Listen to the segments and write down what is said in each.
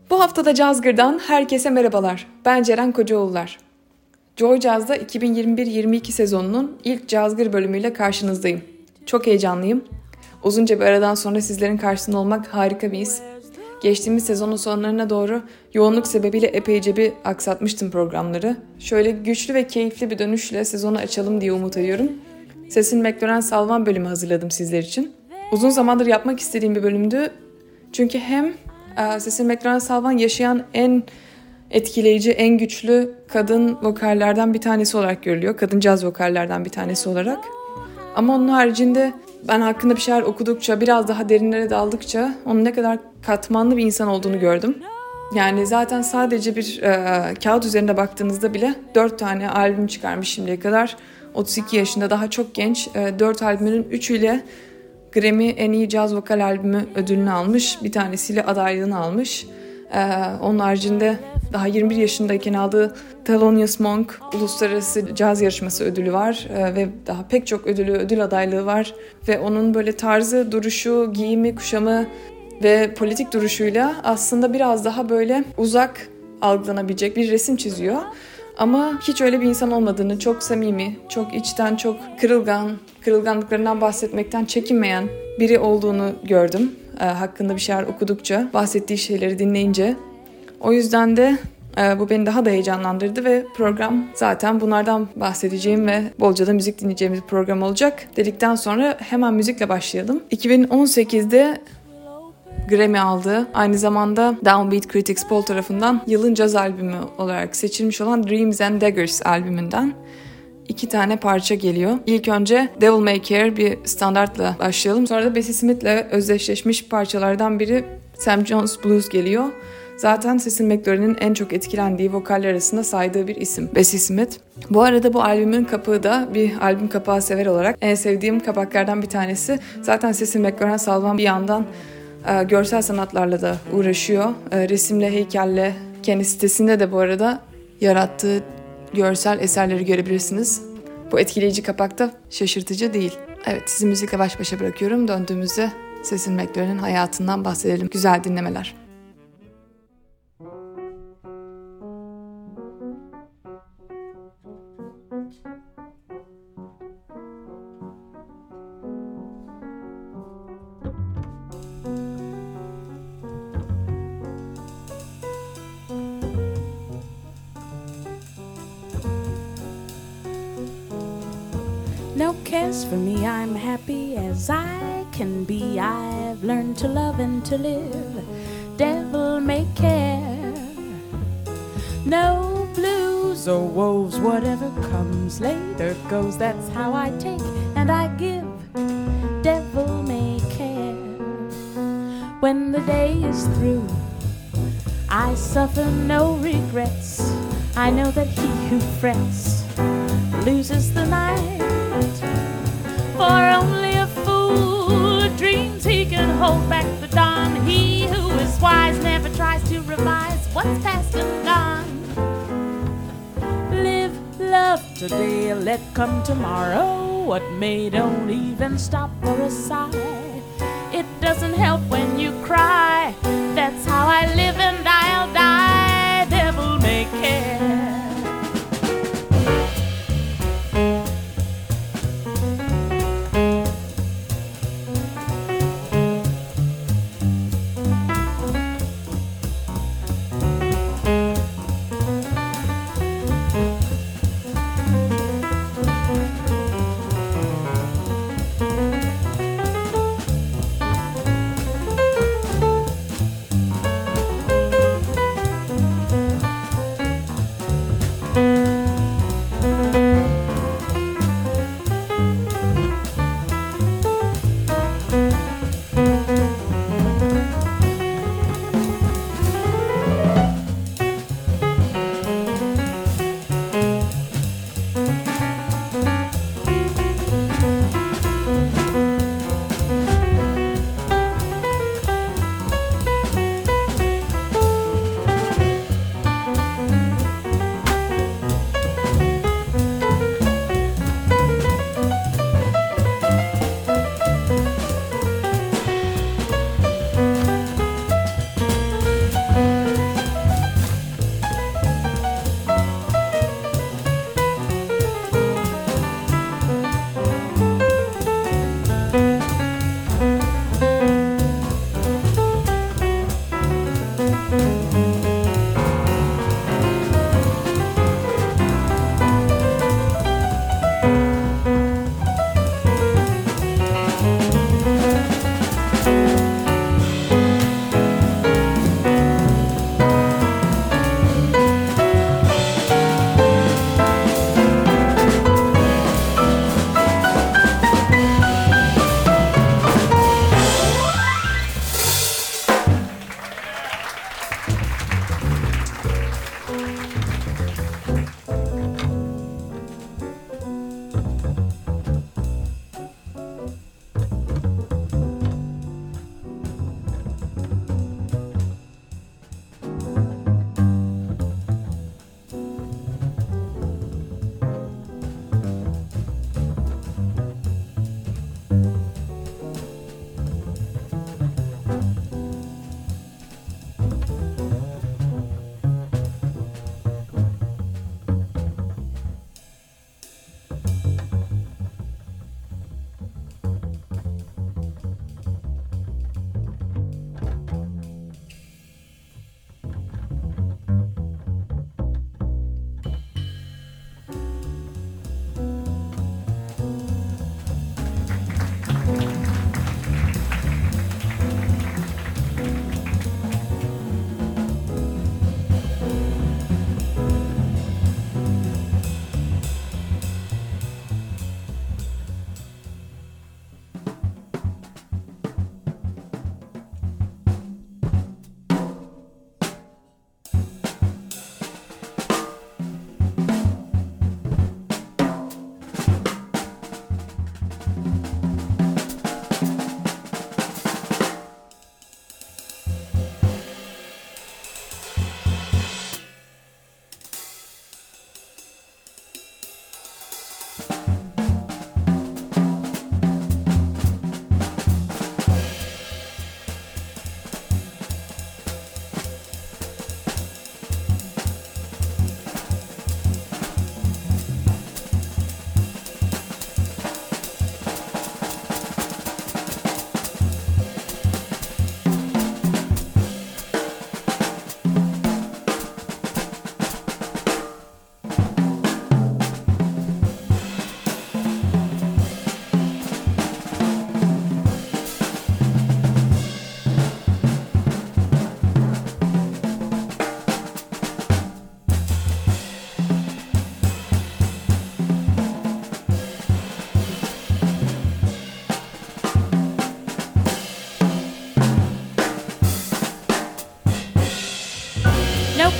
Bu haftada Cazgır'dan herkese merhabalar. Ben Ceren Kocaoğullar. Joy Jazz'da 2021-22 sezonunun ilk Cazgır bölümüyle karşınızdayım. Çok heyecanlıyım. Uzunca bir aradan sonra sizlerin karşısında olmak harika bir his. Geçtiğimiz sezonun sonlarına doğru yoğunluk sebebiyle epeyce bir aksatmıştım programları. Şöyle güçlü ve keyifli bir dönüşle sezonu açalım diye umut ediyorum. Cecil McLaurin Salvan bölümü hazırladım sizler için. Uzun zamandır yapmak istediğim bir bölümdü. Çünkü hem Cecil McLaurin Salvan yaşayan en etkileyici, en güçlü kadın vokallerden bir tanesi olarak görülüyor. Kadın caz vokallerden bir tanesi olarak. Ama onun haricinde ben hakkında bir şeyler okudukça, biraz daha derinlere daldıkça onun ne kadar katmanlı bir insan olduğunu gördüm. Yani zaten sadece bir kağıt üzerinde baktığınızda bile 4 tane albüm çıkarmış şimdiye kadar. 32 yaşında, daha çok genç. 4 albümünün 3'üyle Grammy en iyi caz vokal albümü ödülünü almış. Bir tanesiyle adaylığını almış. Onun haricinde daha 21 yaşındayken aldığı Thelonious Monk Uluslararası Caz Yarışması ödülü var. Ve daha pek çok ödül adaylığı var. Ve onun böyle tarzı, duruşu, giyimi, kuşamı ve politik duruşuyla aslında biraz daha böyle uzak algılanabilecek bir resim çiziyor. Ama hiç öyle bir insan olmadığını, çok samimi, çok içten, çok kırılganlıklarından bahsetmekten çekinmeyen biri olduğunu gördüm. Hakkında bir şeyler okudukça, bahsettiği şeyleri dinleyince. O yüzden de bu beni daha da heyecanlandırdı ve program zaten bunlardan bahsedeceğim ve bolca da müzik dinleyeceğimiz bir program olacak. Dedikten sonra hemen müzikle başlayalım. 2018'de Grammy aldı. Aynı zamanda Downbeat Critics Poll tarafından yılın caz albümü olarak seçilmiş olan Dreams and Daggers albümünden 2 tane parça geliyor. İlk önce Devil May Care bir standartla başlayalım. Sonra da Bessie Smith'le özdeşleşmiş parçalardan biri Sam Jones Blues geliyor. Zaten Cecil McLaurin'in en çok etkilendiği vokaller arasında saydığı bir isim Bessie Smith. Bu arada bu albümün kapağı da bir albüm kapağı sever olarak en sevdiğim kapaklardan bir tanesi. Zaten Cecil McLaurin Salvan bir yandan görsel sanatlarla da uğraşıyor. Resimle, heykelle, kendi sitesinde de bu arada yarattığı görsel eserleri görebilirsiniz. Bu etkileyici kapakta şaşırtıcı değil. Evet, sizi müzikle baş başa bırakıyorum. Döndüğümüzde Cecil McLaurin'in hayatından bahsedelim. Güzel dinlemeler. No cares for me, I'm happy as I can be. I've learned to love and to live. Devil may care. No blues or woes, whatever comes later goes. That's how I take and I give. Devil may care. When the day is through, I suffer no regrets. I know that he who frets loses the night. For only a fool dreams he can hold back the dawn. He who is wise never tries to revise what's past and gone. Live, love today, let come tomorrow. What may don't even stop for a sigh. It doesn't help when you cry. That's how I live and I'll die. Devil may care.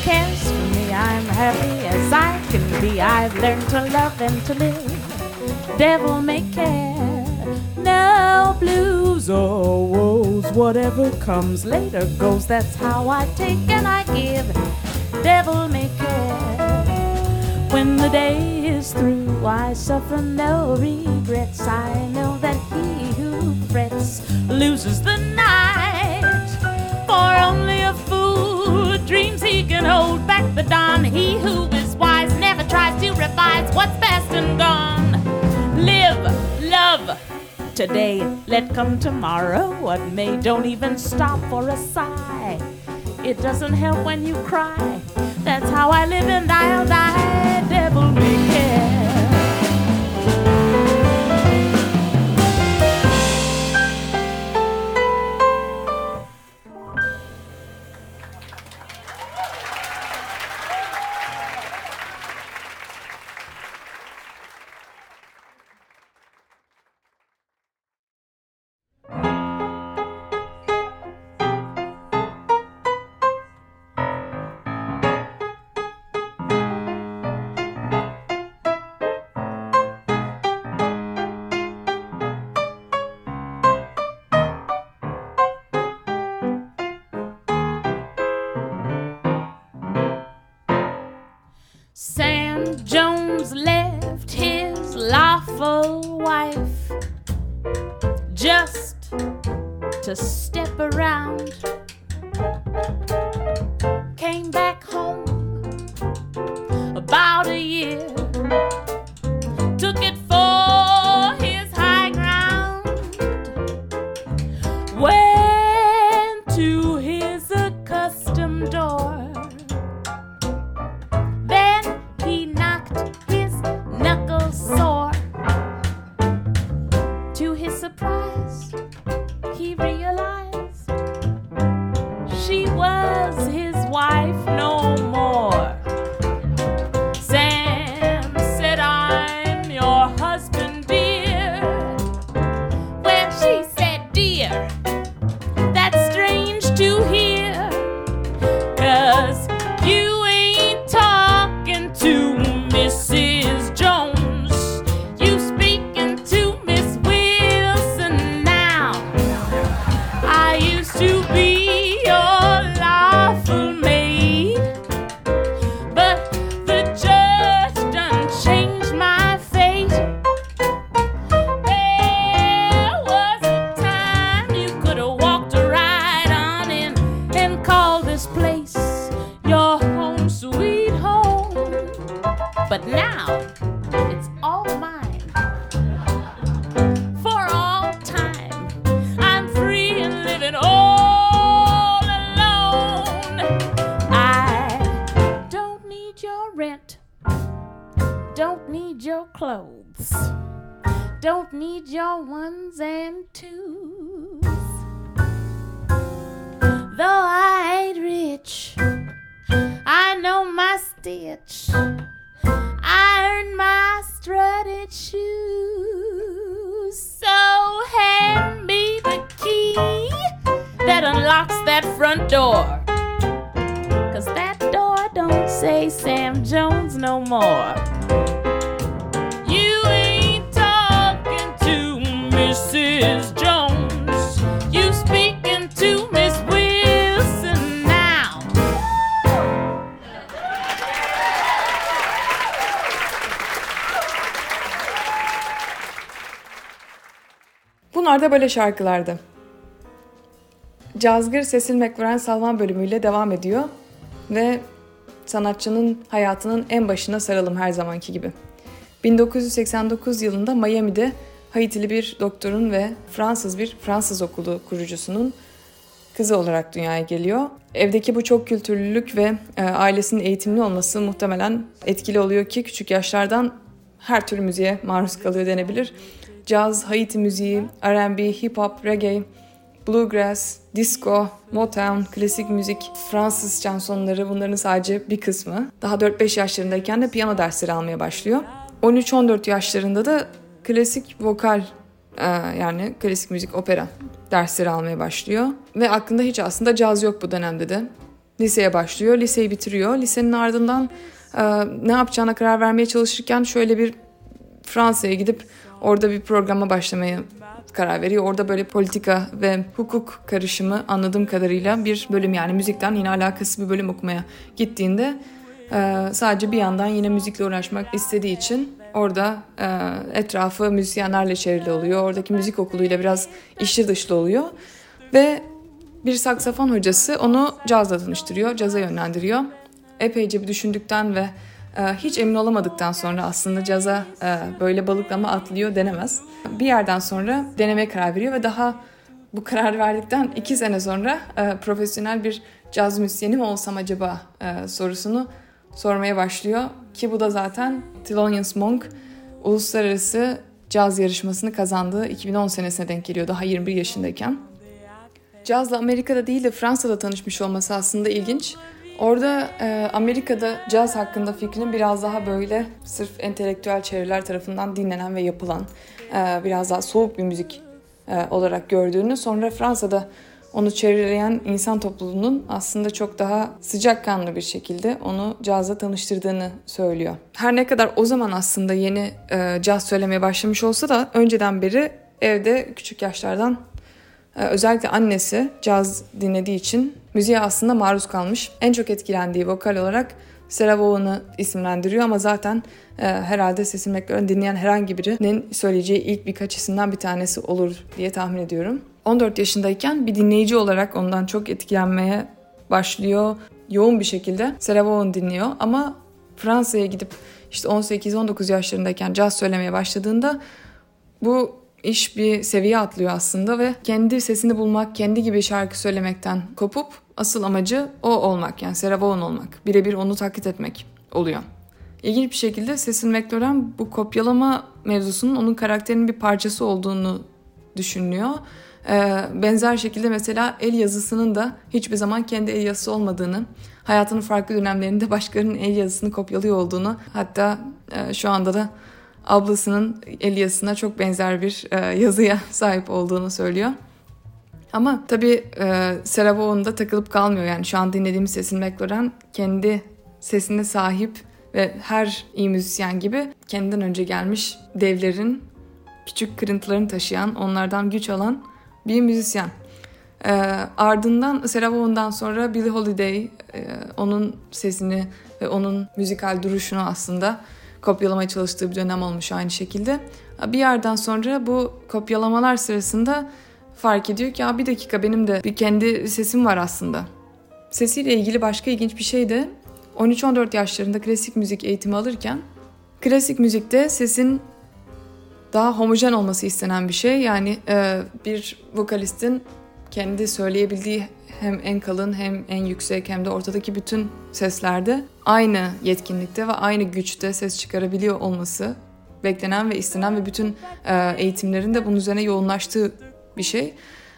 cares for me. I'm happy as I can be. I've learned to love and to live. Devil may care. No blues or woes. Whatever comes later goes. That's how I take and I give. Devil may care. When the day is through, I suffer no regrets. I know that he who frets loses the night. For only a fool dreams he can hold back the dawn. He who is wise never tries to revise what's past and gone. Live, love, today, let come tomorrow. What may, don't even stop for a sigh. It doesn't help when you cry. That's how I live and I'll die. Devil may care. Sam Jones left his lawful wife just to step around. Came back home about a year. Took it for his high ground. Went to his accustomed door. Sore. To his surprise, he realized she was his wife no more. Sam said, I'm your husband, dear. When she said, dear, that's strange to hear, 'cause you ain't talking to Mrs. Jones. To be your lawful maid, but the judge done changed my fate. There was a time you could have walked right on in and called this place your home sweet home, but now it's all mine for all time. I'm free and living all alone. I don't need your rent, don't need your clothes, don't need your ones and twos. Though I ain't rich, I know my stitch. I earn my strutted shoes. So hand me the key that unlocks that front door, 'cause that door don't say Sam Jones no more. You ain't talking to Mrs. Jones, you speaking to Miss Wilson now. Bunlar da böyle şarkılardı. Cazgır Cecil McLaurin Salman bölümüyle devam ediyor ve sanatçının hayatının en başına saralım her zamanki gibi. 1989 yılında Miami'de Haitili bir doktorun ve Fransız okulu kurucusunun kızı olarak dünyaya geliyor. Evdeki bu çok kültürlülük ve ailesinin eğitimli olması muhtemelen etkili oluyor ki küçük yaşlardan her tür müziğe maruz kalıyor denebilir. Caz, Haiti müziği, R&B, hip hop, reggae, bluegrass, disco, Motown, klasik müzik, Fransız şansonları bunların sadece bir kısmı. Daha 4-5 yaşlarındayken de piyano dersleri almaya başlıyor. 13-14 yaşlarında da klasik vokal yani klasik müzik, opera dersleri almaya başlıyor. Ve aklında hiç aslında caz yok bu dönemde de. liseye başlıyor, liseyi bitiriyor. Lisenin ardından ne yapacağına karar vermeye çalışırken şöyle bir Fransa'ya gidip orada bir programa başlamaya karar veriyor. Orada böyle politika ve hukuk karışımı anladığım kadarıyla bir bölüm, yani müzikten yine alakası bir bölüm okumaya gittiğinde sadece bir yandan yine müzikle uğraşmak istediği için orada etrafı müzisyenlerle çevrili oluyor. Oradaki müzik okuluyla biraz içli dışlı oluyor ve bir saksafon hocası onu cazla tanıştırıyor, caza yönlendiriyor. Epeyce bir düşündükten ve hiç emin olamadıktan sonra aslında caza böyle balıklama atlıyor denemez. Bir yerden sonra denemeye karar veriyor ve daha bu karar verdikten 2 sene sonra profesyonel bir caz müzisyeni mi olsam acaba sorusunu sormaya başlıyor. Ki bu da zaten Thelonious Monk uluslararası caz yarışmasını kazandığı 2010 senesine denk geliyor, daha 21 yaşındayken. Cazla Amerika'da değil de Fransa'da tanışmış olması aslında ilginç. Orada Amerika'da caz hakkında fikrinin biraz daha böyle sırf entelektüel çevreler tarafından dinlenen ve yapılan biraz daha soğuk bir müzik olarak gördüğünü, sonra Fransa'da onu çevreleyen insan topluluğunun aslında çok daha sıcakkanlı bir şekilde onu cazla tanıştırdığını söylüyor. Her ne kadar o zaman aslında yeni caz söylemeye başlamış olsa da önceden beri evde küçük yaşlardan özellikle annesi caz dinlediği için müziğe aslında maruz kalmış. En çok etkilendiği vokal olarak Sarah Vaughan'ı isimlendiriyor ama zaten herhalde Cecil McLaurin dinleyen herhangi birinin söyleyeceği ilk birkaç isimden bir tanesi olur diye tahmin ediyorum. 14 yaşındayken bir dinleyici olarak ondan çok etkilenmeye başlıyor. Yoğun bir şekilde Sarah Vaughan dinliyor ama Fransa'ya gidip işte 18-19 yaşlarındayken caz söylemeye başladığında bu iş bir seviye atlıyor aslında ve kendi sesini bulmak, kendi gibi şarkı söylemekten kopup asıl amacı o olmak, yani Sarah Vaughan olmak, birebir onu taklit etmek oluyor. İlginç bir şekilde Cecil McLaurin bu kopyalama mevzusunun onun karakterinin bir parçası olduğunu düşünüyor. Benzer şekilde mesela el yazısının da hiçbir zaman kendi el yazısı olmadığını, hayatının farklı dönemlerinde başkalarının el yazısını kopyalıyor olduğunu, hatta şu anda da ablasının el yazısına çok benzer bir yazıya sahip olduğunu söylüyor. Ama tabii Sarah Vaughan'da takılıp kalmıyor. Yani şu an dinlediğimiz Cecil McLaurin kendi sesine sahip ve her iyi müzisyen gibi kendinden önce gelmiş devlerin küçük kırıntılarını taşıyan, onlardan güç alan bir müzisyen. Ardından Sarah Vaughan'dan sonra Billie Holiday onun sesini ve onun müzikal duruşunu aslında kopyalamaya çalıştığı bir dönem olmuş aynı şekilde. Bir yerden sonra bu kopyalamalar sırasında fark ediyor ki bir dakika, benim de bir kendi sesim var aslında. Sesiyle ilgili başka ilginç bir şey de 13-14 yaşlarında klasik müzik eğitimi alırken klasik müzikte sesin daha homojen olması istenen bir şey. Yani bir vokalistin kendi söyleyebildiği hem en kalın hem en yüksek hem de ortadaki bütün seslerde aynı yetkinlikte ve aynı güçte ses çıkarabiliyor olması beklenen ve istenen ve bütün eğitimlerin de bunun üzerine yoğunlaştığı bir şey.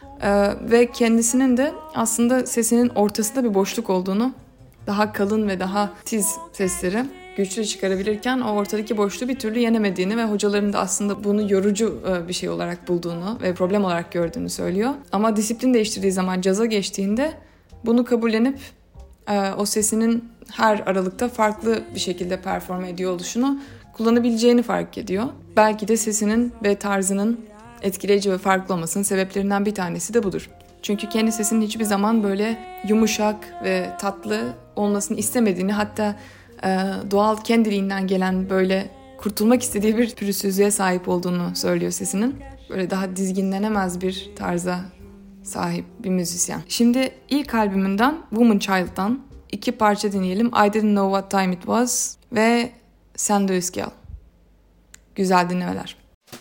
Ve kendisinin de aslında sesinin ortasında bir boşluk olduğunu, daha kalın ve daha tiz sesleri güçlü çıkarabilirken o ortadaki boşluğu bir türlü yenemediğini ve hocaların da aslında bunu yorucu bir şey olarak bulduğunu ve problem olarak gördüğünü söylüyor. Ama disiplin değiştirdiği zaman caza geçtiğinde bunu kabullenip o sesinin her aralıkta farklı bir şekilde performe ediyor oluşunu kullanabileceğini fark ediyor. Belki de sesinin ve tarzının etkileyici ve farklı olmasının sebeplerinden bir tanesi de budur. Çünkü kendi sesinin hiçbir zaman böyle yumuşak ve tatlı olmasını istemediğini, hatta doğal kendiliğinden gelen böyle kurtulmak istediği bir pürüzsüzlüğe sahip olduğunu söylüyor sesinin. Böyle daha dizginlenemez bir tarza sahip bir müzisyen. Şimdi ilk albümünden Woman Child'dan 2 parça dinleyelim. I Didn't Know What Time It Was ve St. Louis Gal. Güzel dinlemeler.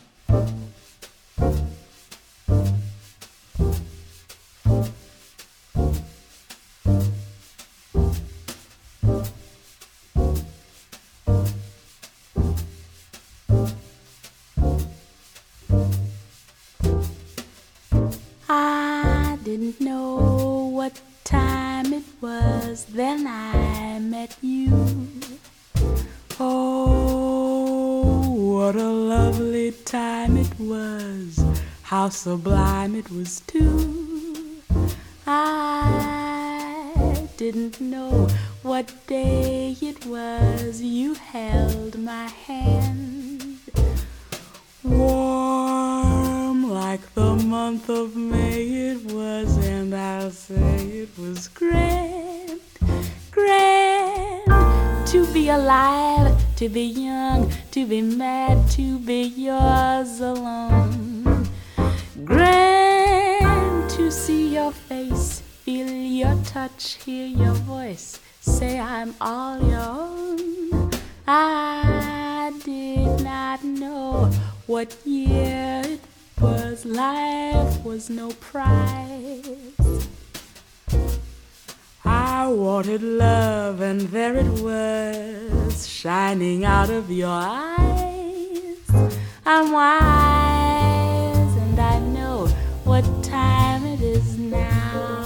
Didn't know what time it was, then I met you. Oh, what a lovely time it was, how sublime it was too. I didn't know what day it was you held my hand. Warm like the month of May it was, and I'll say it was grand, grand to be alive, to be young, to be mad, to be yours alone. Grand to see your face, feel your touch, hear your voice, say I'm all your own. I did not know what year it was, life was no prize. I wanted love and there it was, shining out of your eyes. I'm wise and I know what time it is now.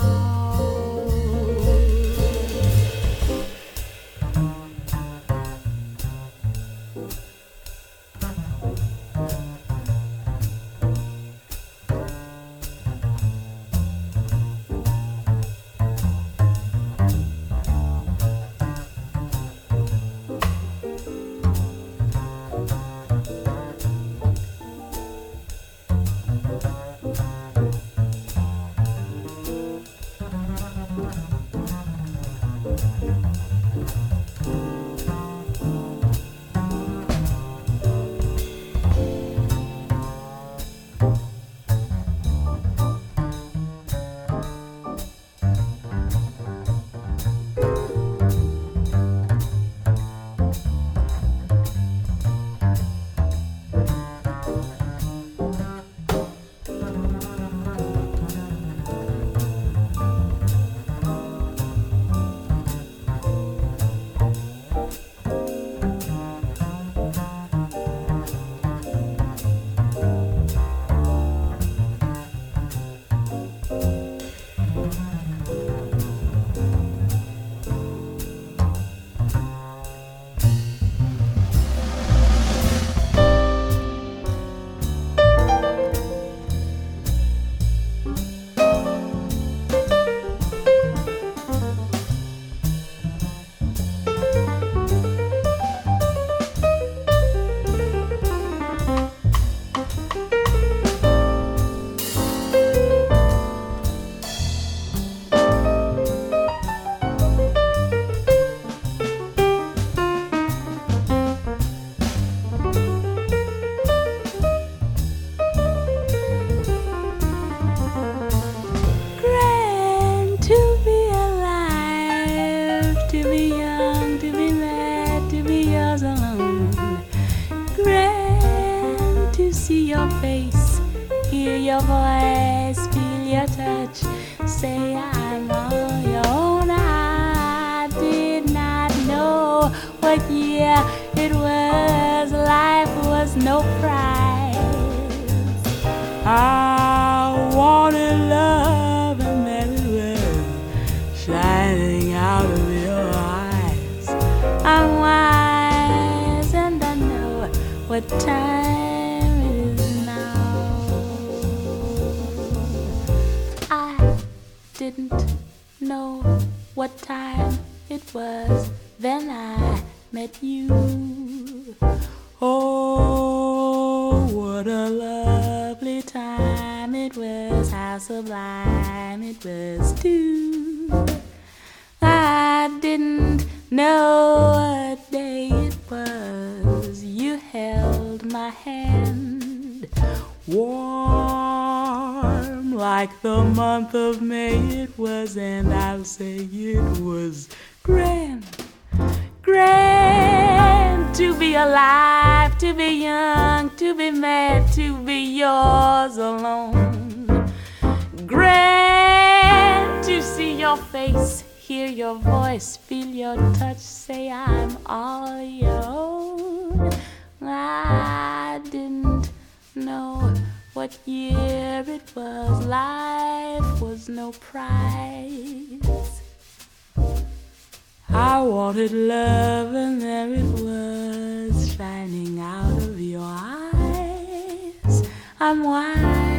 Warm like the month of May it was, and I'll say it was grand, grand to be alive, to be young, to be mad, to be yours alone. Grand to see your face, hear your voice, feel your touch, say I'm all your own. I didn't know what year it was, life was no prize. I wanted love and there it was, shining out of your eyes. I'm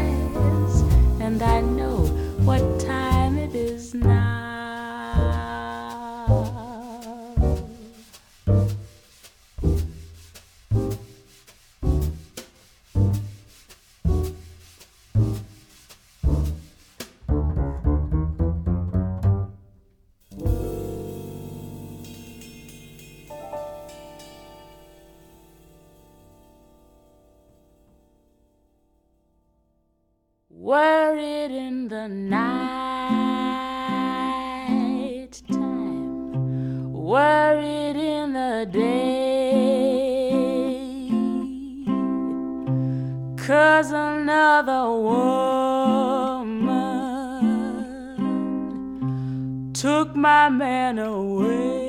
wise and I know what time it is now. worried in the night time, worried in the day, 'cause another woman took my man away.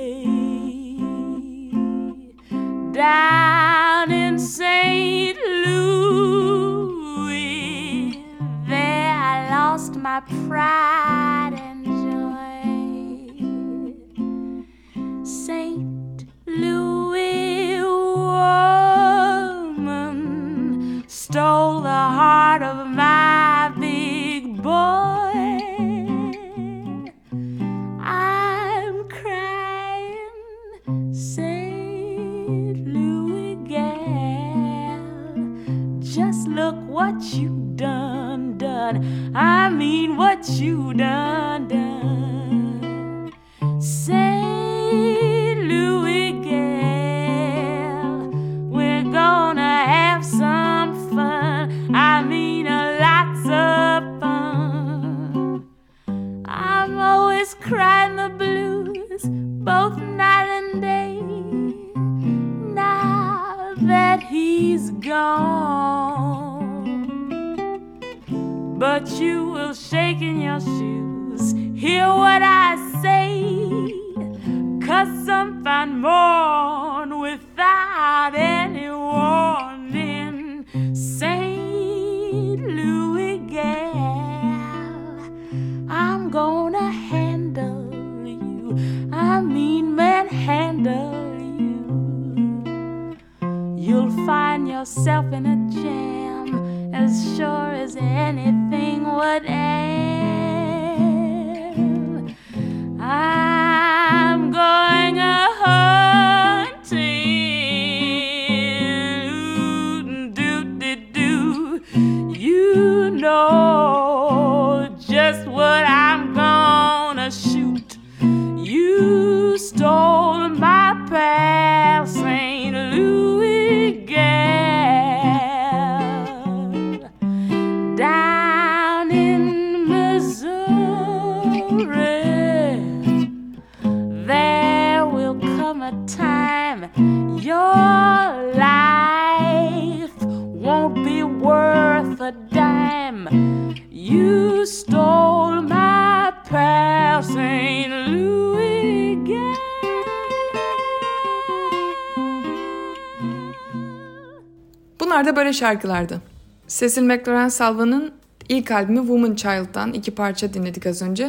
Down in St. Louis, there I lost my pride and joy. St. Louis woman stole the heart of my big boy. I'm crying, St. Louis gal, just look what you done. I mean what you done. St. Louis gal, we're gonna have some fun. I mean lots of fun. I'm always crying the blues, both night and day, now that he's gone. But you will shake in your shoes, hear what I say, 'cause some find mourn without any warning. St. Louis gal, I'm gonna handle you, I mean manhandle you. You'll find yourself in a jam as sure as anything would am. I'm going a-hunting, do-de-do. You know just what I'm gonna shoot. You stole my pal, St. Louis gal, down in Missouri. There will come a time your life won't be worth a dime. You stole my pal, St. Louis gal. Bunlar da böyle şarkılardı. Cecil McLaurin Salva'nın ilk albümü Woman Child'dan 2 parça dinledik az önce.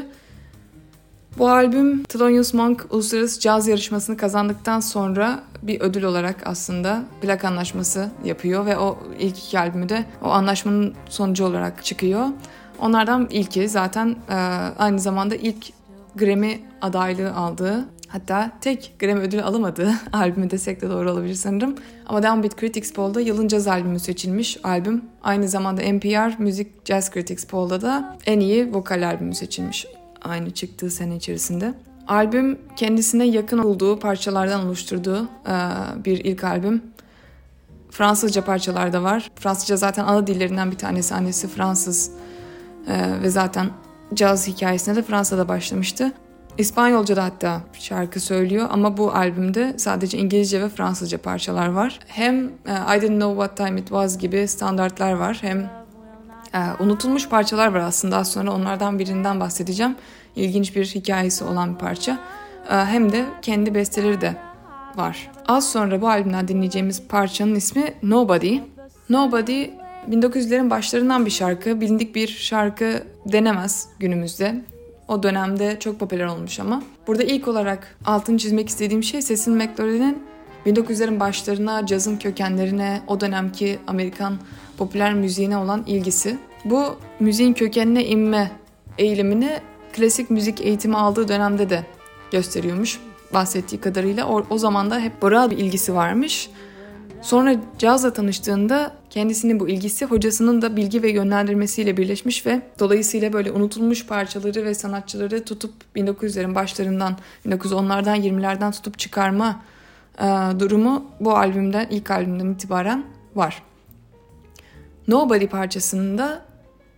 Bu albüm Thelonious Monk Uluslararası Caz Yarışması'nı kazandıktan sonra bir ödül olarak aslında plak anlaşması yapıyor ve o ilk 2 albümü de o anlaşmanın sonucu olarak çıkıyor. Onlardan ilki zaten aynı zamanda ilk Grammy adaylığı aldığı, hatta tek Grammy ödülü alamadığı albümü desek de doğru olabilir sanırım. Ama Downbeat Critics Poll'da yılın caz albümü seçilmiş albüm. Aynı zamanda NPR Music Jazz Critics Poll'da da en iyi vokal albümü seçilmiş aynı çıktığı sene içerisinde. Albüm kendisine yakın olduğu parçalardan oluşturduğu bir ilk albüm. Fransızca parçalar da var. Fransızca zaten ana dillerinden bir tanesi. Annesi Fransız ve zaten caz hikayesine de Fransa'da başlamıştı. İspanyolca da hatta şarkı söylüyor ama bu albümde sadece İngilizce ve Fransızca parçalar var. Hem I Didn't Know What Time It Was gibi standartlar var, hem unutulmuş parçalar var aslında. Az sonra onlardan birinden bahsedeceğim. İlginç bir hikayesi olan bir parça. Hem de kendi besteleri de var. Az sonra bu albümden dinleyeceğimiz parçanın ismi Nobody. Nobody 1900'lerin başlarından bir şarkı. Bilindik bir şarkı denemez günümüzde. O dönemde çok popüler olmuş ama. Burada ilk olarak altını çizmek istediğim şey Cecil McLaurin'in 1900'lerin başlarına, cazın kökenlerine, o dönemki Amerikan popüler müziğine olan ilgisi. Bu müziğin kökenine inme eğilimini klasik müzik eğitimi aldığı dönemde de gösteriyormuş bahsettiği kadarıyla. O zaman da hep voral bir ilgisi varmış. Sonra cazla tanıştığında kendisinin bu ilgisi hocasının da bilgi ve yönlendirmesiyle birleşmiş ve dolayısıyla böyle unutulmuş parçaları ve sanatçıları tutup 1900'lerin başlarından, 1910'lardan 20'lerden tutup çıkarma durumu bu albümden, ilk albümden itibaren var. Nobody parçasında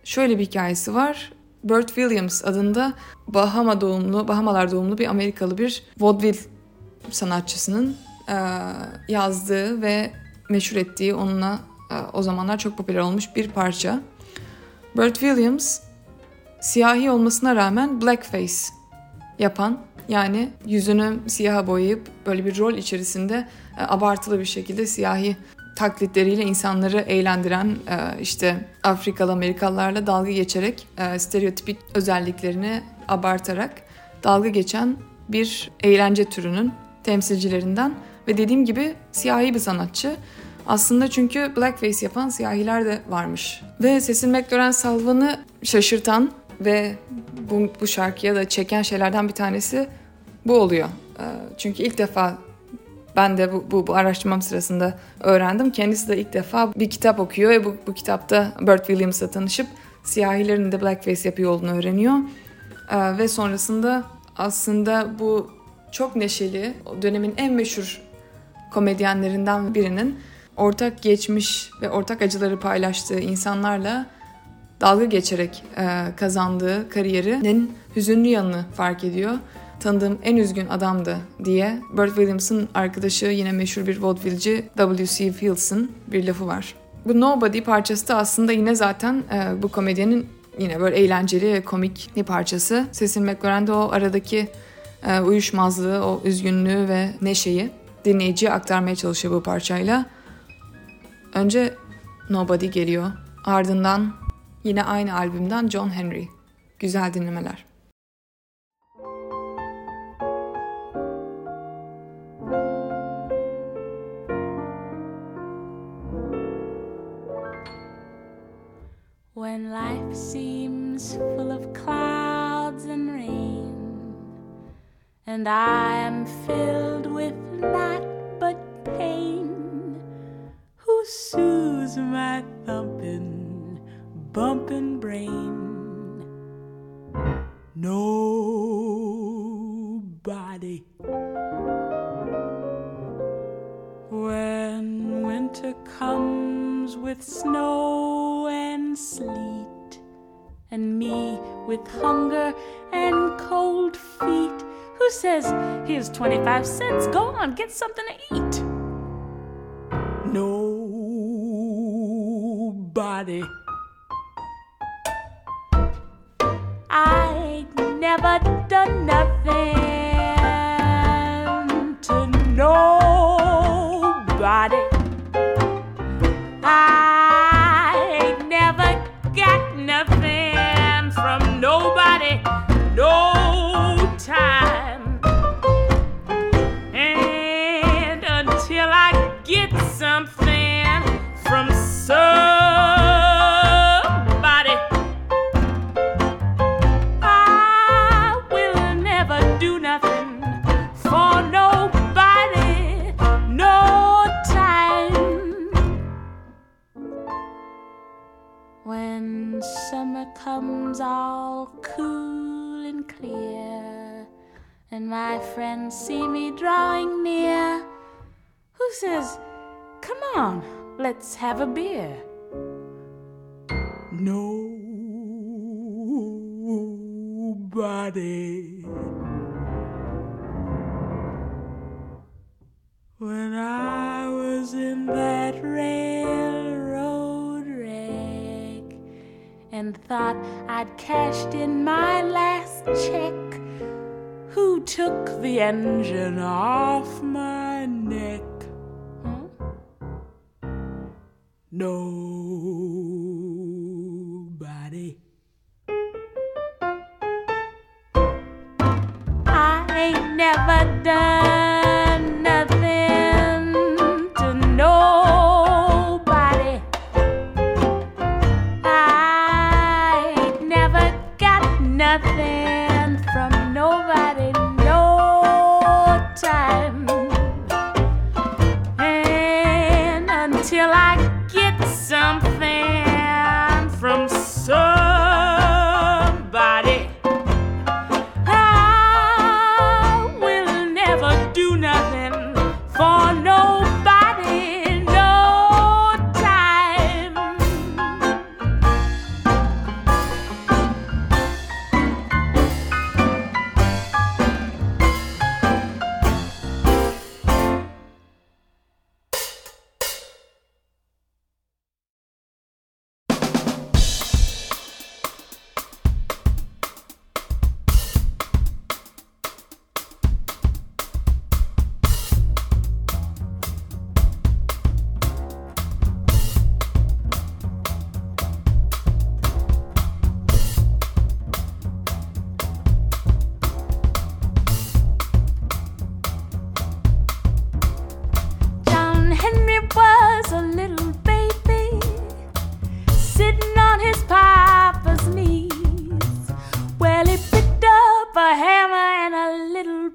şöyle bir hikayesi var. Bert Williams adında Bahamalar doğumlu bir Amerikalı bir vaudeville sanatçısının yazdığı ve meşhur ettiği, onunla o zamanlar çok popüler olmuş bir parça. Bert Williams siyahi olmasına rağmen blackface yapan, yani yüzünü siyaha boyayıp böyle bir rol içerisinde abartılı bir şekilde siyahi taklitleriyle insanları eğlendiren, işte Afrikalı Amerikalılarla dalga geçerek, stereotipik özelliklerini abartarak dalga geçen bir eğlence türünün temsilcilerinden ve dediğim gibi siyahi bir sanatçı. Aslında çünkü blackface yapan siyahiler de varmış. Ve Cecil McLaurin Salvan'ı şaşırtan ve bu şarkıya da çeken şeylerden bir tanesi bu oluyor. Çünkü ilk defa ben de bu araştırmam sırasında öğrendim. Kendisi de ilk defa bir kitap okuyor ve bu kitapta Bert Williams'la tanışıp siyahilerin de blackface yapıyor olduğunu öğreniyor. Ve sonrasında aslında bu çok neşeli, dönemin en meşhur komedyenlerinden birinin ortak geçmiş ve ortak acıları paylaştığı insanlarla dalga geçerek kazandığı kariyerinin hüzünlü yanını fark ediyor. Tanıdığım en üzgün adamdı diye Bert Williams'ın arkadaşı, yine meşhur bir vaudevilleci W.C. Fields'ın bir lafı var. Bu Nobody parçası da aslında yine zaten bu komedyenin yine böyle eğlenceli, komik bir parçası. Cecil McLaurin de o aradaki uyuşmazlığı, o üzgünlüğü ve neşeyi dinleyiciye aktarmaya çalışıyor bu parçayla. Önce Nobody geliyor. Ardından yine aynı albümden John Henry. Güzel dinlemeler. When life seems full of clouds and rain, and I am filled with naught but pain, who soothes my thumping, bumping brain? Nobody. When winter comes with snow and sleet, and me with hunger and cold feet, who says, here's 25 cents, go on, get something to eat? Nobody. I ain't never done nothing to nobody. I ain't never got nothing from nobody, no time. And until I get something from somebody, I will never do nothing for nobody, no time. When summer comes all cool and clear, and my friends see me drawing near, who says, come on, let's have a beer? Nobody. When I was in that railroad wreck and thought I'd cashed in my last check, who took the engine off my neck? Nobody. I ain't never done nothing to nobody. I ain't never got nothing from nobody, no time. And until I get something from somebody, I will never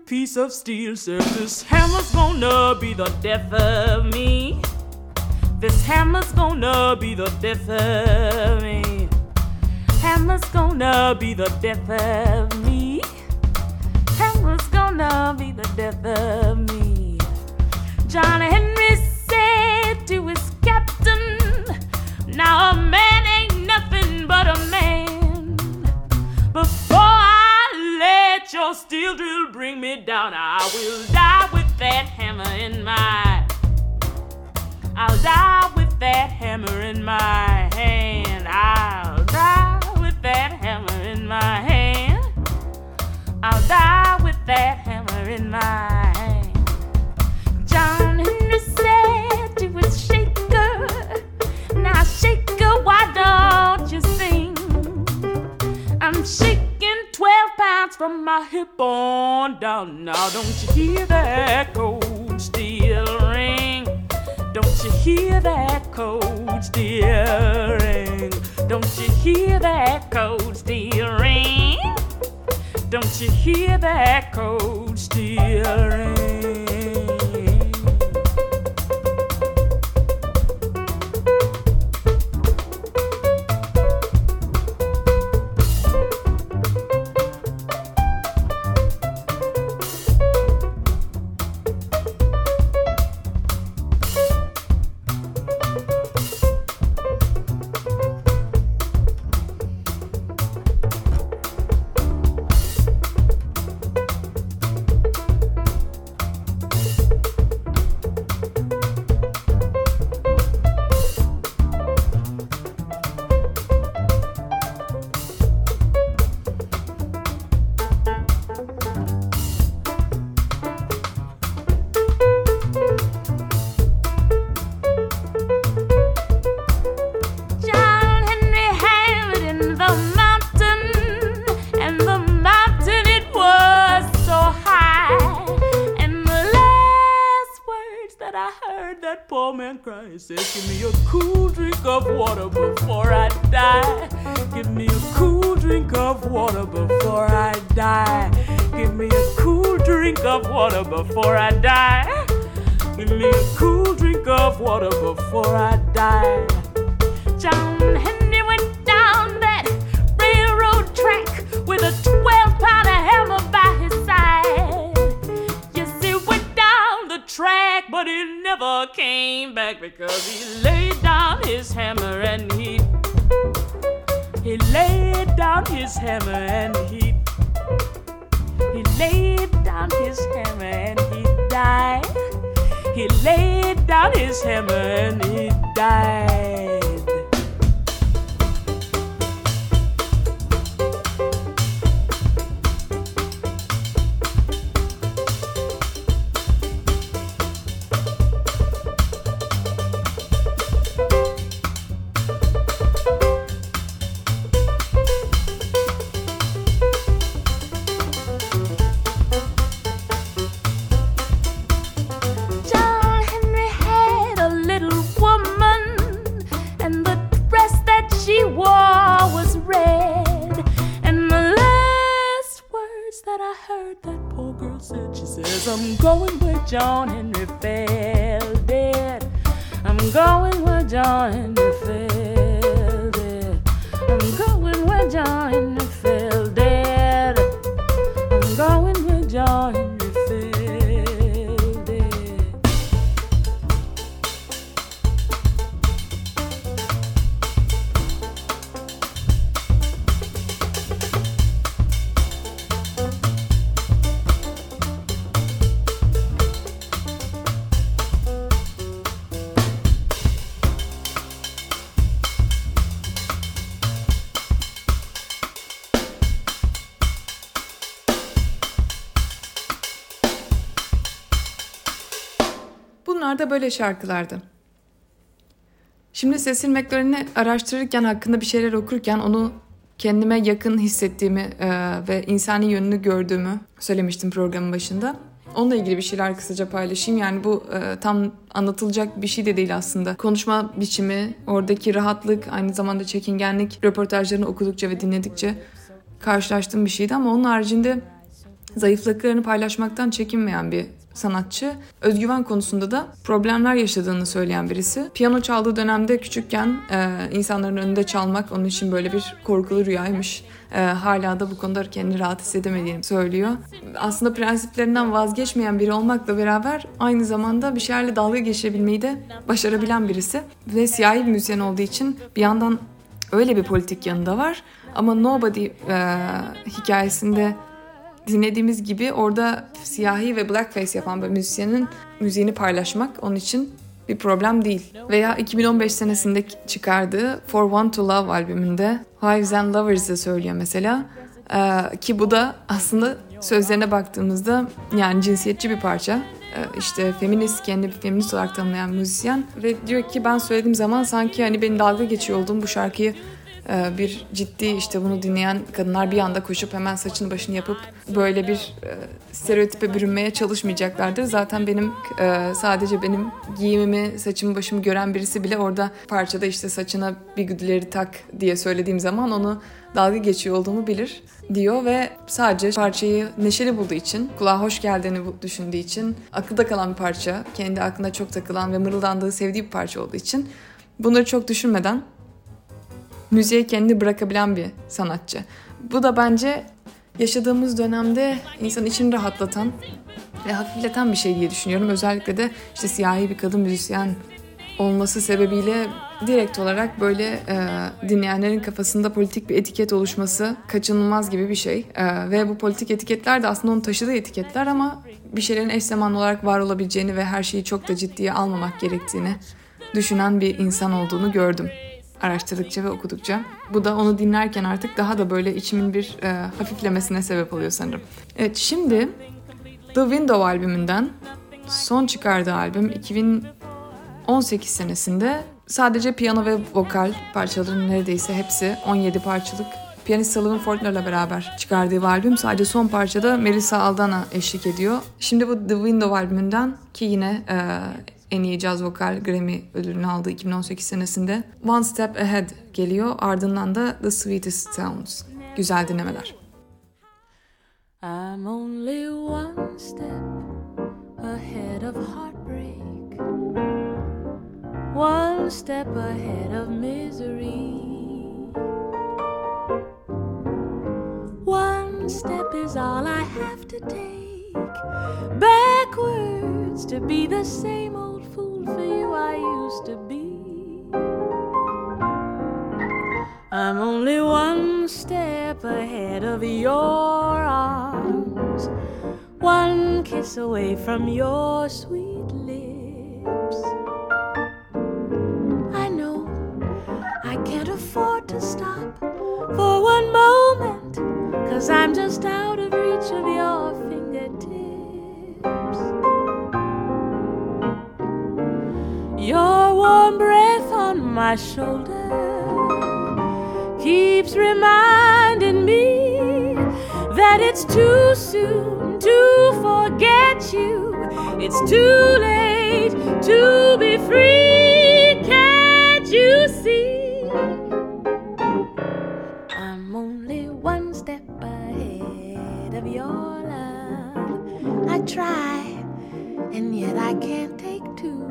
piece of steel. Says this hammer's gonna be the death of me. This hammer's gonna be the death of me. Hammer's gonna be the death of me. Hammer's gonna be the death of me. John Henry said to his captain, now a man ain't nothing but a man. Before I let your steel drill bring me down, I will die with that hammer in my. I'll die with that hammer in my hand. I'll die with that hammer in my hand. I'll die with that hammer in my hand. John Henry said to his shaker, now shaker, why don't you sing? I'm shaking 12 pounds from my hip on down. Now don't you hear that cold steel ring? Don't you hear that cold steel ring? Don't you hear that cold steel ring? Don't you hear that cold steel ring? He says, give me a cool drink of water before I die. Give me a cool drink of water before I die. Give me a cool drink of water before I die. Give me a cool drink of water before I die. John Henry went down that railroad track with a 12-pounder hammer by his side. Yes, he went down the track, but he never came back because he laid down his hammer and he laid down his hammer and he laid down his hammer and he died. He laid down his hammer and he died. I'm going where John Henry fell dead. I'm going where John Henry fell dead. I'm going where John Henry fell dead. I'm going where John Henry fell dead. Bunlar da böyle şarkılardı. Şimdi Cecil McLaurin'i araştırırken, hakkında bir şeyler okurken onu kendime yakın hissettiğimi ve insani yönünü gördüğümü söylemiştim programın başında. Onunla ilgili bir şeyler kısaca paylaşayım. Yani bu tam anlatılacak bir şey de değil aslında. Konuşma biçimi, oradaki rahatlık, aynı zamanda çekingenlik, röportajlarını okudukça ve dinledikçe karşılaştığım bir şeydi. Ama onun haricinde zayıflıklarını paylaşmaktan çekinmeyen bir sanatçı. Özgüven konusunda da problemler yaşadığını söyleyen birisi. Piyano çaldığı dönemde küçükken insanların önünde çalmak onun için böyle bir korkulu rüyaymış. Hala da bu konuda kendini rahat hissedemediğini söylüyor. Aslında prensiplerinden vazgeçmeyen biri olmakla beraber aynı zamanda bir şeylerle dalga geçebilmeyi de başarabilen birisi. Ve siyahi bir müzisyen olduğu için bir yandan öyle bir politik yanı da var. Ama Nobody hikayesinde dinlediğimiz gibi orada siyahi ve blackface yapan bir müzisyenin müziğini paylaşmak onun için bir problem değil. Veya 2015 senesinde çıkardığı For One to Love albümünde Wives and Lovers'ı söylüyor mesela. Ki bu da aslında sözlerine baktığımızda yani cinsiyetçi bir parça. İşte feminist, kendini bir feminist olarak tanımlayan müzisyen ve diyor ki ben söylediğim zaman sanki hani beni dalga geçiyor olduğum bu şarkıyı bir ciddi işte bunu dinleyen kadınlar bir anda koşup hemen saçını başını yapıp böyle bir stereotipe bürünmeye çalışmayacaklardır. Zaten benim sadece benim giyimimi, saçımı başımı gören birisi bile orada parçada işte saçına bigudileri tak diye söylediğim zaman onu dalga geçiyor olduğumu bilir diyor ve sadece parçayı neşeli bulduğu için, kulağa hoş geldiğini düşündüğü için, akılda kalan bir parça, kendi aklına çok takılan ve mırıldandığı sevdiği bir parça olduğu için bunları çok düşünmeden müziğe kendini bırakabilen bir sanatçı. Bu da bence yaşadığımız dönemde insanın içini rahatlatan ve hafifleten bir şey diye düşünüyorum. Özellikle de işte siyahi bir kadın müzisyen olması sebebiyle direkt olarak böyle dinleyenlerin kafasında politik bir etiket oluşması kaçınılmaz gibi bir şey. Ve bu politik etiketler de aslında onun taşıdığı etiketler ama bir şeylerin eş zamanlı olarak var olabileceğini ve her şeyi çok da ciddiye almamak gerektiğini düşünen bir insan olduğunu gördüm araştırdıkça ve okudukça. Bu da onu dinlerken artık daha da böyle içimin bir hafiflemesine sebep oluyor sanırım. Evet, şimdi The Window albümünden son çıkardığı albüm 2018 senesinde sadece piyano ve vokal parçaların neredeyse hepsi 17 parçalık piyanist Sullivan Fortner'la beraber çıkardığı bir albüm. Sadece son parçada Melissa Aldana eşlik ediyor. Şimdi bu The Window albümünden ki yine en iyi caz vokal Grammy ödülünü aldığı 2018 senesinde One Step Ahead geliyor. Ardından da The Sweetest Sounds. Güzel dinlemeler. I'm only one step ahead of heartbreak, one step ahead of misery. One step is all I have to take backwards to be the same old fool for you I used to be. I'm only one step ahead of your arms, one kiss away from your sweet lips. I know I can't afford to stop for one moment, 'cause I'm just out of reach of your fingertips. Your warm breath on my shoulder keeps reminding me that it's too soon to forget you. It's too late to be free. Can't you see? I'm only one step ahead of your love. I try, and yet I can't take two.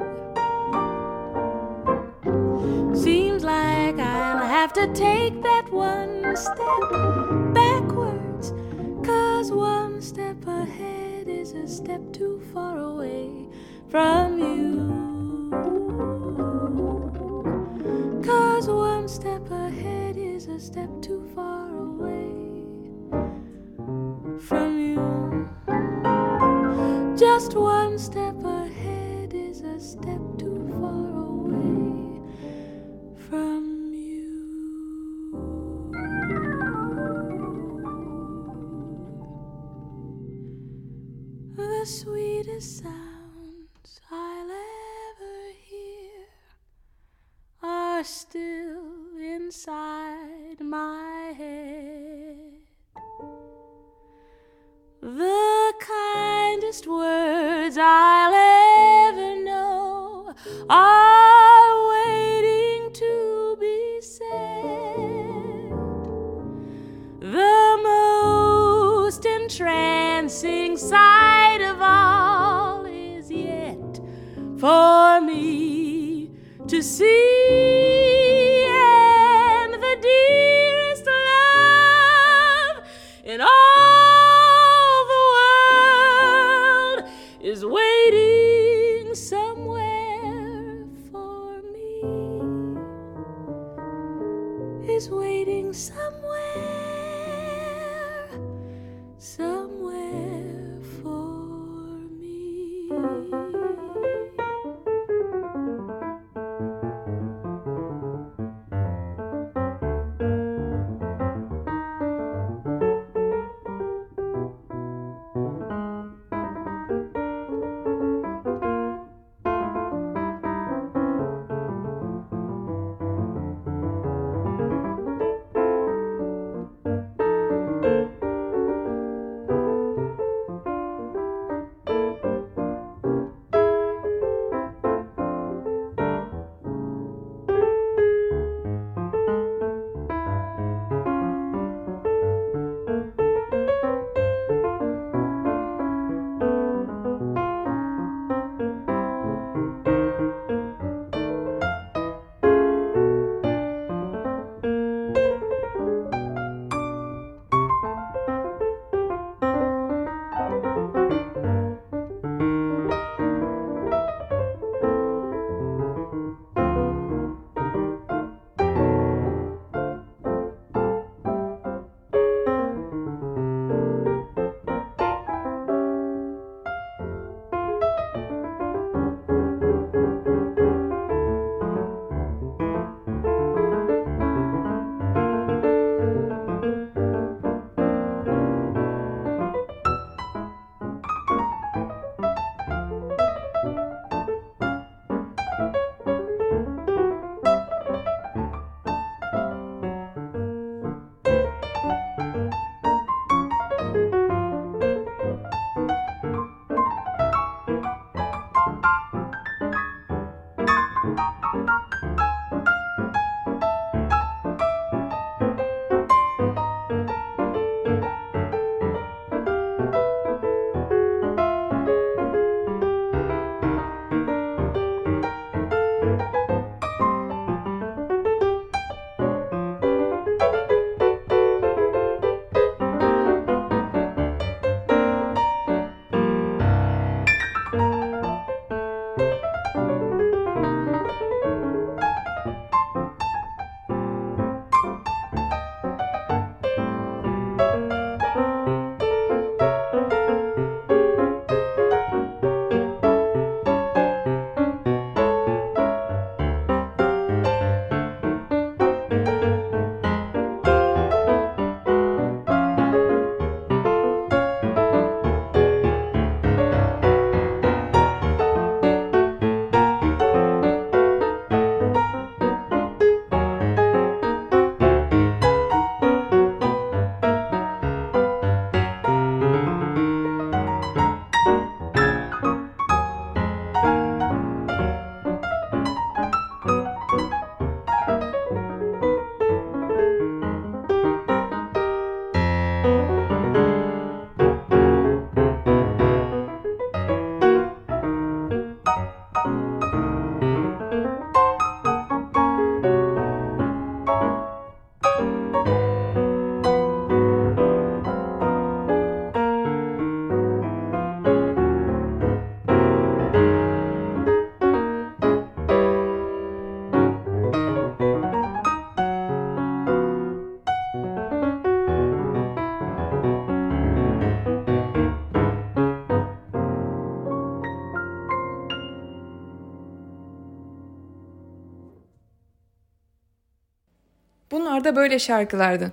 Seems like I'll have to take that one step backwards, 'cause one step ahead is a step too far away from you. 'Cause one step ahead is a step too far away from you. Just one step ahead is a step too far away from you. The sweetest sounds I'll ever hear are still inside my head. The kindest words I'll ever know are waiting to be said. The most entrancing for me to see, and the dearest love in all the world is waiting somewhere for me, is waiting somewhere for me. Bunlar da böyle şarkılardı.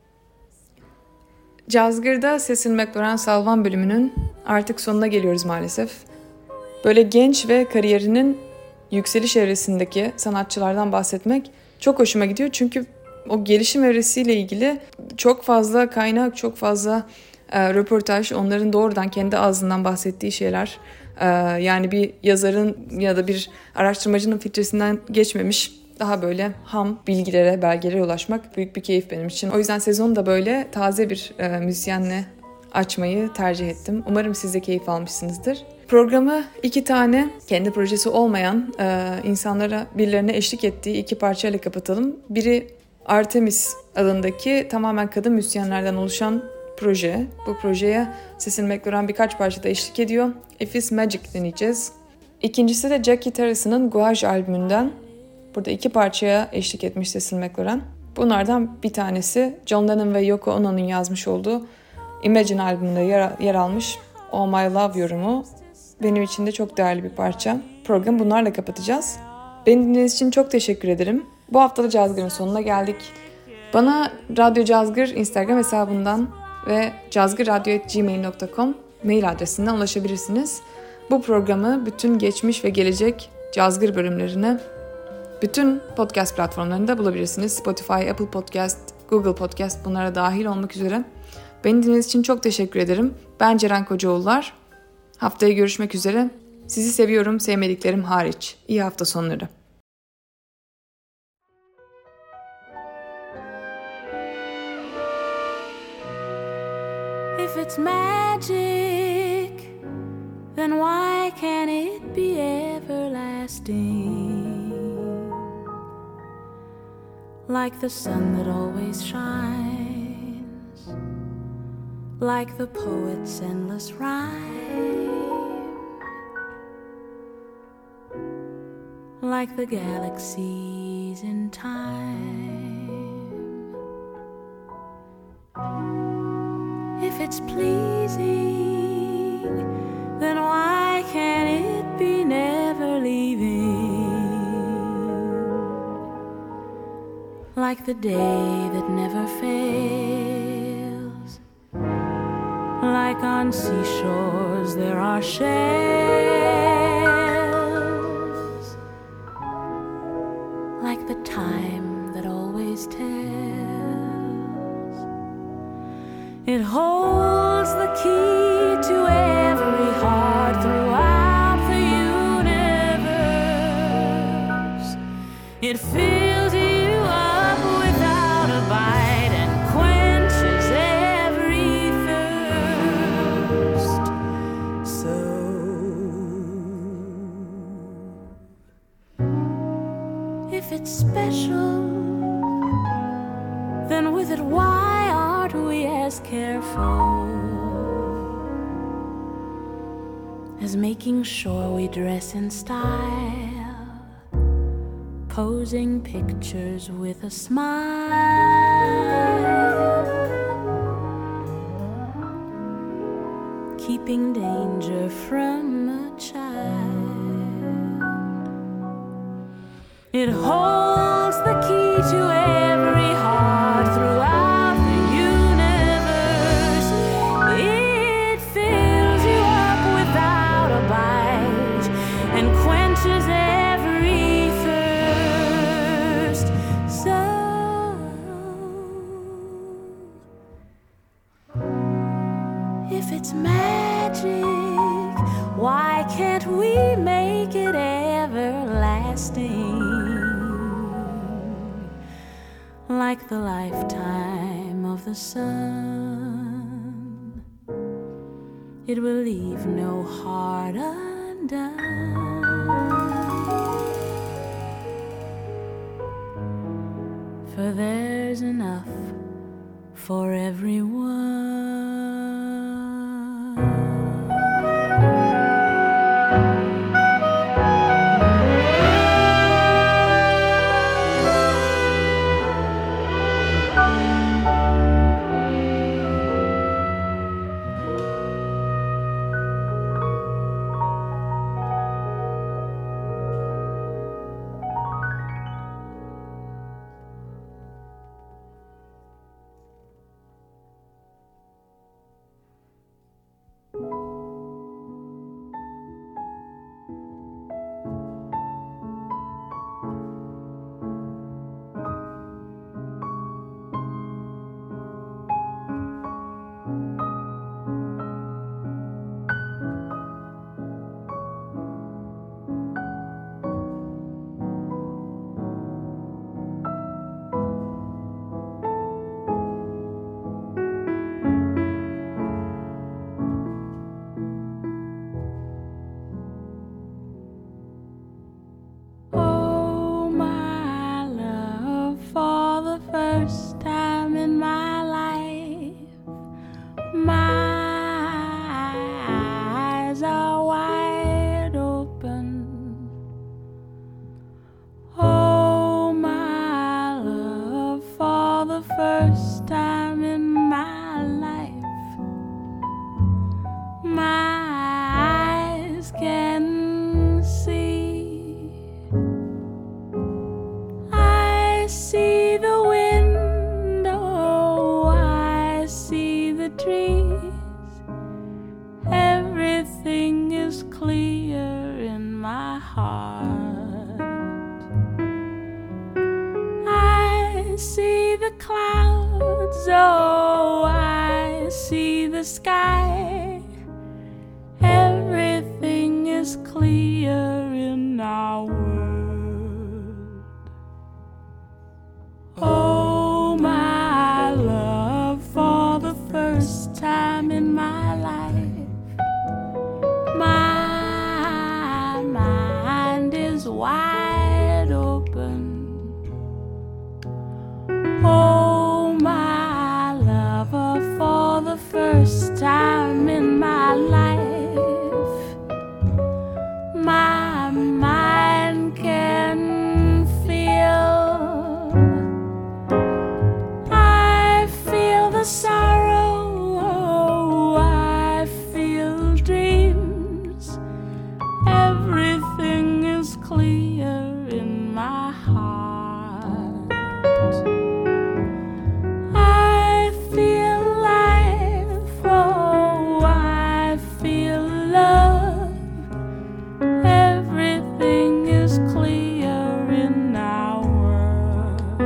Cazgır'da Cecil McLorin Salvan bölümünün artık sonuna geliyoruz maalesef. Böyle genç ve kariyerinin yükseliş evresindeki sanatçılardan bahsetmek çok hoşuma gidiyor. Çünkü o gelişim evresiyle ilgili çok fazla kaynak, çok fazla röportaj, onların doğrudan kendi ağzından bahsettiği şeyler. Yani bir yazarın ya da bir araştırmacının filtresinden geçmemiş, daha böyle ham bilgilere, belgelere ulaşmak büyük bir keyif benim için. O yüzden sezonu da böyle taze bir müzisyenle açmayı tercih ettim. Umarım siz de keyif almışsınızdır. Programı 2 tane kendi projesi olmayan insanlara birilerine eşlik ettiği 2 parçayla kapatalım. Biri Artemis adındaki tamamen kadın müzisyenlerden oluşan proje. Bu projeye Cecil McLaurin birkaç parçada eşlik ediyor. If It's Magic dinleyeceğiz. İkincisi de Jackie Harrison'ın Gouache albümünden. Burada 2 parçaya eşlik etmiş Cecil McLaurin. Bunlardan bir tanesi John Lennon ve Yoko Ono'nun yazmış olduğu Imagine albümünde yer almış Oh My Love yorumu. Benim için de çok değerli bir parça. Programı bunlarla kapatacağız. Beni dinlediğiniz için çok teşekkür ederim. Bu hafta da Cazgır'ın sonuna geldik. Bana Radyo Cazgır Instagram hesabından ve cazgırradyo@gmail.com mail adresinden ulaşabilirsiniz. Bu programı bütün geçmiş ve gelecek Cazgır bölümlerine bütün podcast platformlarında bulabilirsiniz. Spotify, Apple Podcast, Google Podcast bunlara dahil olmak üzere. Beni dinlediğiniz için çok teşekkür ederim. Ben Ceren Kocaoğullar. Haftaya görüşmek üzere. Sizi seviyorum, sevmediklerim hariç. İyi hafta sonları. If it's magic, then why can't it be everlasting? Like the sun that always shines, like the poet's endless rhyme, like the galaxies in time. If it's pleasing, then why can't it be never leaving? Like the day that never fails, like on seashores there are shells, like the time that always tells. It holds the key to every heart throughout the universe. It fills you up without a bite and quenches every thirst. So, if it's special, then with it why aren't we as careful as making sure we dress in style, posing pictures with a smile, keeping danger from a child. It holds the key to every heart throughout the universe. It fills you up without a bite and quenches every thirst. So, if it's magic, why can't we make it everlasting? Like the lifetime of the sun, it will leave no heart undone. For there's enough for everyone. is clear in our world. Oh, my love, for the first time in my life, my mind is wide open. Oh, my lover, for the first time in my life, my mind can feel. I feel the sorrow, I feel dreams. Everything is clear in my heart. I feel life, oh, I feel love. Everything is clear in our world.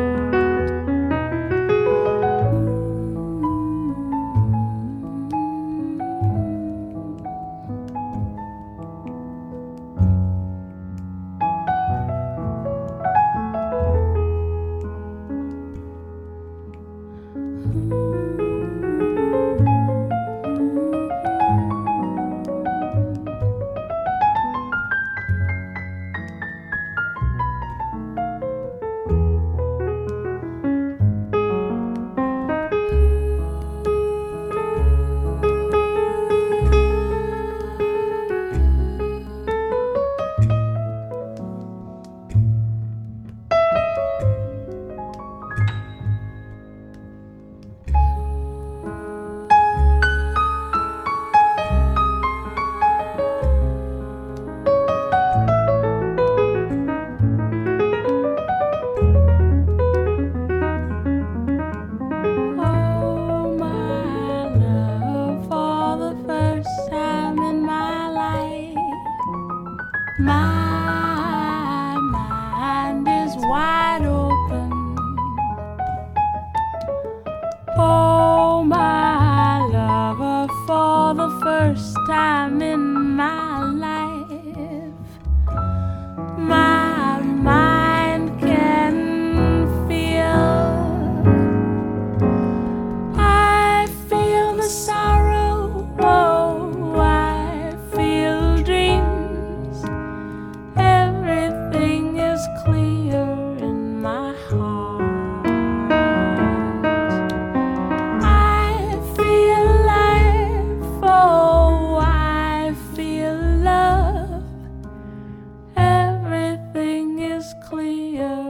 Oh, my love, for the first time in my life, my mind is wide open. Oh, my lover, for the first time in my life, my mind can feel. I feel the sorrow, oh, I feel dreams. Everything is clear in my heart. I feel life, oh, I feel love. Everything is clear